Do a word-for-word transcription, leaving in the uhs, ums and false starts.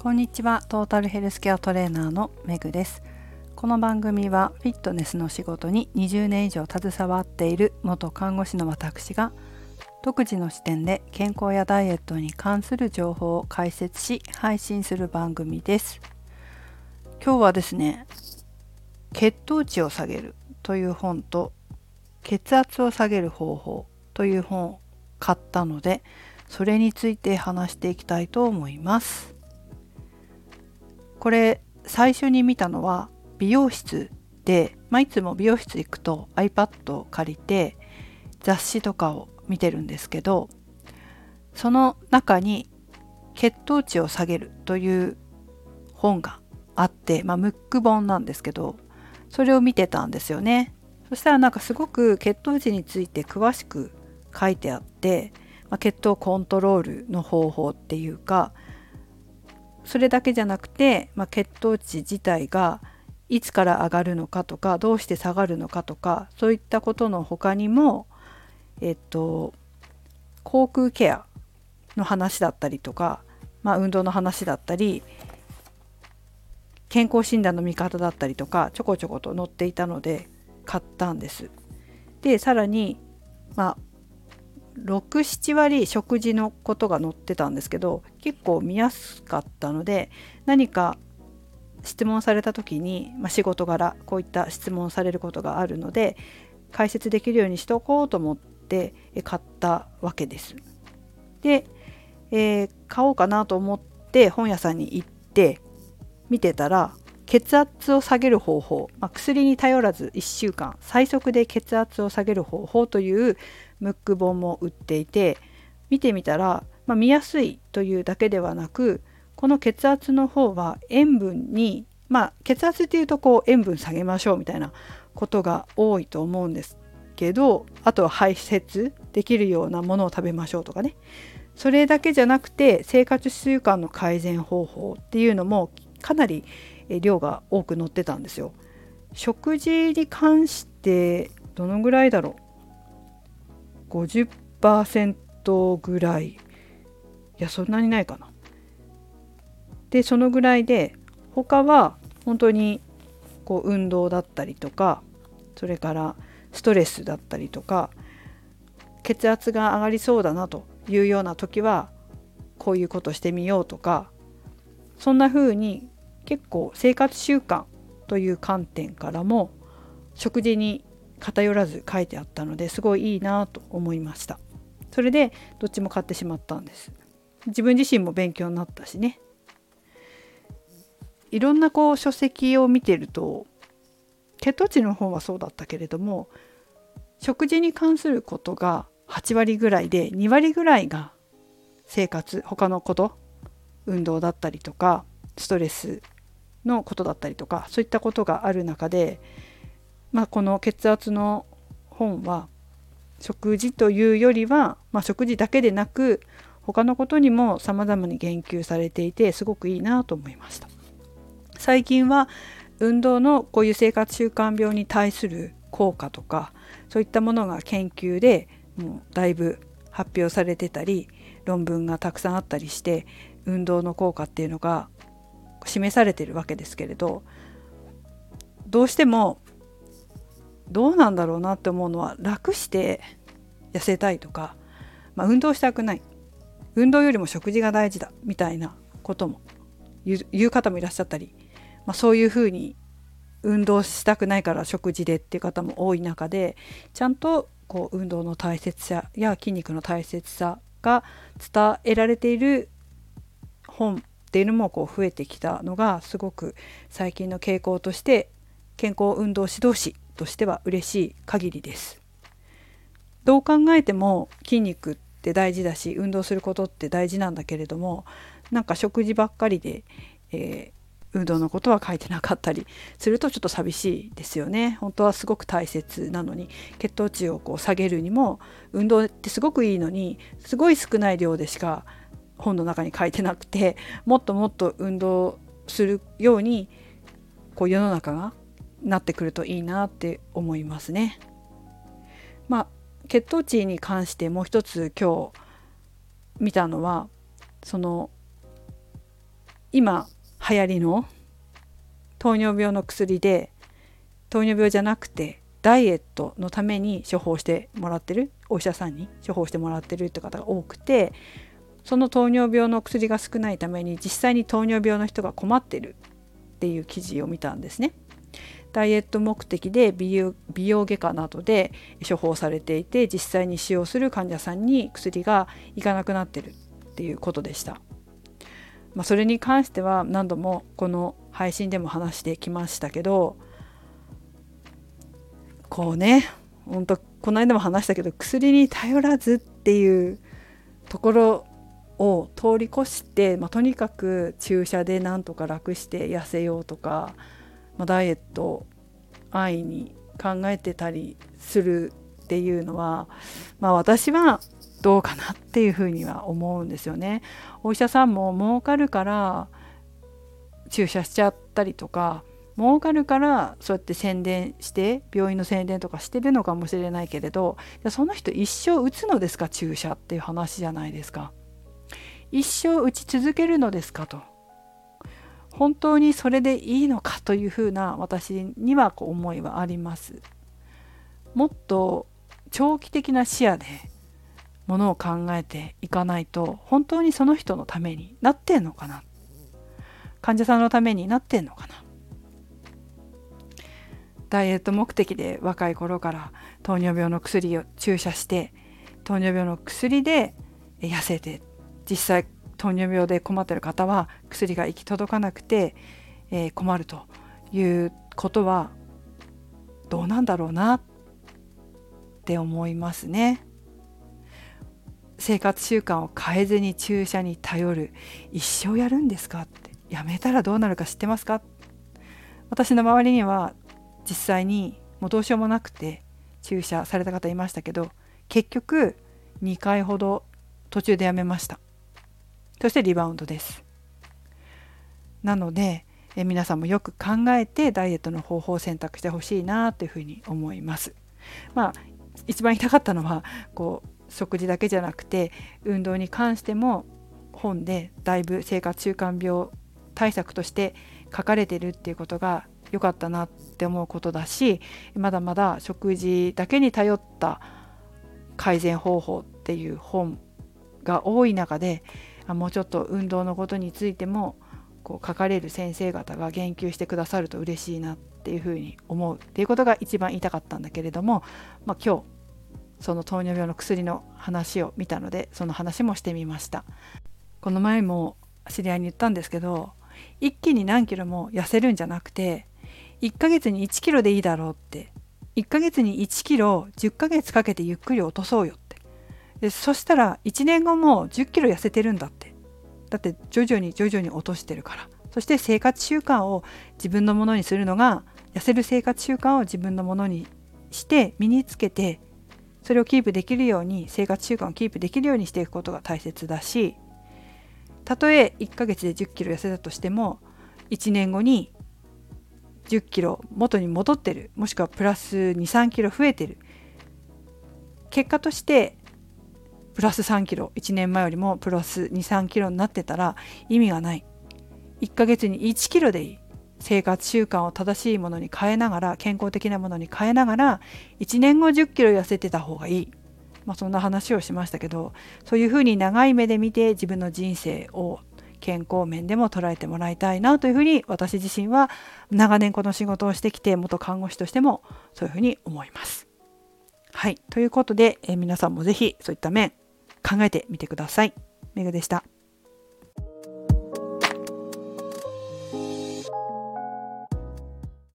こんにちは。トータルヘルスケアトレーナーのめぐです。この番組はフィットネスの仕事ににじゅうねん以上携わっている元看護師の私が独自の視点で健康やダイエットに関する情報を解説し配信する番組です。今日はですね、血糖値を下げるという本と血圧を下げる方法という本を買ったので、それについて話していきたいと思います。これ最初に見たのは美容室で、まあ、いつも美容室行くと iPad を借りて雑誌とかを見てるんですけど、その中に血糖値を下げるという本があって、まあ、ムック本なんですけど、それを見てたんですよね。そしたらなんかすごく血糖値について詳しく書いてあって、まあ、血糖コントロールの方法っていうか、それだけじゃなくて、まあ、血糖値自体がいつから上がるのかとか、どうして下がるのかとか、そういったことの他にも、えっと口腔ケアの話だったりとか、まあ、運動の話だったり、健康診断の見方だったりとか、ちょこちょこと載っていたので買ったんです。で、さらにまあろく、なな割食事のことが載ってたんですけど、結構見やすかったので、何か質問された時に、まあ、仕事柄こういった質問されることがあるので解説できるようにしとこうと思って買ったわけです。で、えー、買おうかなと思って本屋さんに行って見てたら、血圧を下げる方法、まあ、薬に頼らずいっしゅうかん最速で血圧を下げる方法というムック本も売っていて、見てみたら、まあ、見やすいというだけではなく、この血圧の方は塩分に、まあ血圧っていうとこう塩分下げましょうみたいなことが多いと思うんですけど、あとは排泄できるようなものを食べましょうとかね、それだけじゃなくて生活習慣の改善方法っていうのもかなり量が多く載ってたんですよ。食事に関してどのぐらいだろう、 ごじゅっパーセント ぐらい、いやそんなにないかな。でそのぐらいで、他は本当にこう運動だったりとか、それからストレスだったりとか、血圧が上がりそうだなというような時はこういうことしてみようとか、そんな風に結構生活習慣という観点からも食事に偏らず書いてあったので、すごいいいなと思いました。それでどっちも買ってしまったんです。自分自身も勉強になったしね。いろんなこう書籍を見てると、血糖値の方はそうだったけれども、食事に関することがはち割ぐらいで、に割ぐらいが生活、他のこと、運動だったりとかストレスのことだったりとか、そういったことがある中で、まあ、この血圧の本は食事というよりは、まあ、食事だけでなく他のことにも様々に言及されていて、すごくいいなと思いました。最近は運動のこういう生活習慣病に対する効果とか、そういったものが研究でもうだいぶ発表されてたり、論文がたくさんあったりして、運動の効果っていうのが示されているわけですけれど、どうしてもどうなんだろうなって思うのは、楽して痩せたいとか、まあ、運動したくない、運動よりも食事が大事だみたいなことも言う方もいらっしゃったり、まあ、そういうふうに運動したくないから食事でっていう方も多い中で、ちゃんとこう運動の大切さや筋肉の大切さが伝えられている本っていうのもこう増えてきたのが、すごく最近の傾向として、健康運動指導士としては嬉しい限りです。どう考えても筋肉って大事だし、運動することって大事なんだけれども、なんか食事ばっかりで、えー運動のことは書いてなかったりするとちょっと寂しいですよね。本当はすごく大切なのに、血糖値をこう下げるにも運動ってすごくいいのに、すごい少ない量でしか本の中に書いてなくて、もっともっと運動するようにこう世の中がなってくるといいなって思いますね。まあ血糖値に関してもう一つ今日見たのは、その今流行りの糖尿病の薬で、糖尿病じゃなくてダイエットのために処方してもらってる、お医者さんに処方してもらってるって方が多くて、その糖尿病の薬が少ないために実際に糖尿病の人が困ってるっていう記事を見たんですね。ダイエット目的で美容、美容外科などで処方されていて、実際に使用する患者さんに薬がいかなくなってるっていうことでした。まあ、それに関しては何度もこの配信でも話してきましたけど、こうね、本当この間も話したけど、薬に頼らずっていうところを通り越して、まあ、とにかく注射でなんとか楽して痩せようとか、まあ、ダイエットを安易に考えてたりするっていうのは、まあ、私はどうかなっていうふうには思うんですよね。お医者さんも儲かるから注射しちゃったりとか、儲かるからそうやって宣伝して病院の宣伝とかしてるのかもしれないけれど、その人一生打つのですか、注射っていう話じゃないですか。一生打ち続けるのですかと、本当にそれでいいのかというふうな私にはこう思いはあります。もっと長期的な視野でものを考えていかないと、本当にその人のためになってんのかな、患者さんのためになってんのかな。ダイエット目的で若い頃から糖尿病の薬を注射して、糖尿病の薬で痩せて、実際糖尿病で困っている方は薬が行き届かなくて、えー、困るということはどうなんだろうなって思いますね。生活習慣を変えずに注射に頼る、一生やるんですかって、やめたらどうなるか知ってますか。私の周りには実際にもうどうしようもなくて注射された方いましたけど、結局にかいほど途中でやめました。そしてリバウンドです。なのでえ皆さんもよく考えてダイエットの方法を選択してほしいなというふうに思います。まあ一番言いたかったのは、こう食事だけじゃなくて運動に関しても本でだいぶ生活習慣病対策として書かれてるっていうことが良かったなって思うことだし、まだまだ食事だけに頼った改善方法っていう本が多い中で、もうちょっと運動のことについてもこう書かれる先生方が言及してくださると嬉しいなっていうふうに思うっていうことが一番言いたかったんだけれども、まあ、今日その糖尿病の薬の話を見たのでその話もしてみました。この前も知り合いに言ったんですけど、一気に何キロも痩せるんじゃなくていっかげつにいちキロでいいだろうって、いっかげつにいちキロじゅっかげつかけてゆっくり落とそうよって、でそしたらいちねんごもじゅっキロ痩せてるんだって。だって徐々に徐々に落としてるから。そして生活習慣を自分のものにするのが、痩せる生活習慣を自分のものにして身につけて、それをキープできるように、生活習慣をキープできるようにしていくことが大切だし、たとえいっかげつでじゅっキロ痩せたとしてもいちねんごにじゅっキロ元に戻ってる、もしくはプラスに、さんキロ増えてる、結果としてプラスさんキロ、いちねんまえよりもプラスに、さんキロになってたら意味がない。いっかげつにいちキロでいい。生活習慣を正しいものに変えながら、健康的なものに変えながらいちねんごじゅっキロ痩せてた方がいい。まあ、そんな話をしましたけど、そういうふうに長い目で見て自分の人生を健康面でも捉えてもらいたいなというふうに、私自身は長年この仕事をしてきて、元看護師としてもそういうふうに思います。はい、ということで、えー、皆さんもぜひそういった面考えてみてください。めぐでした。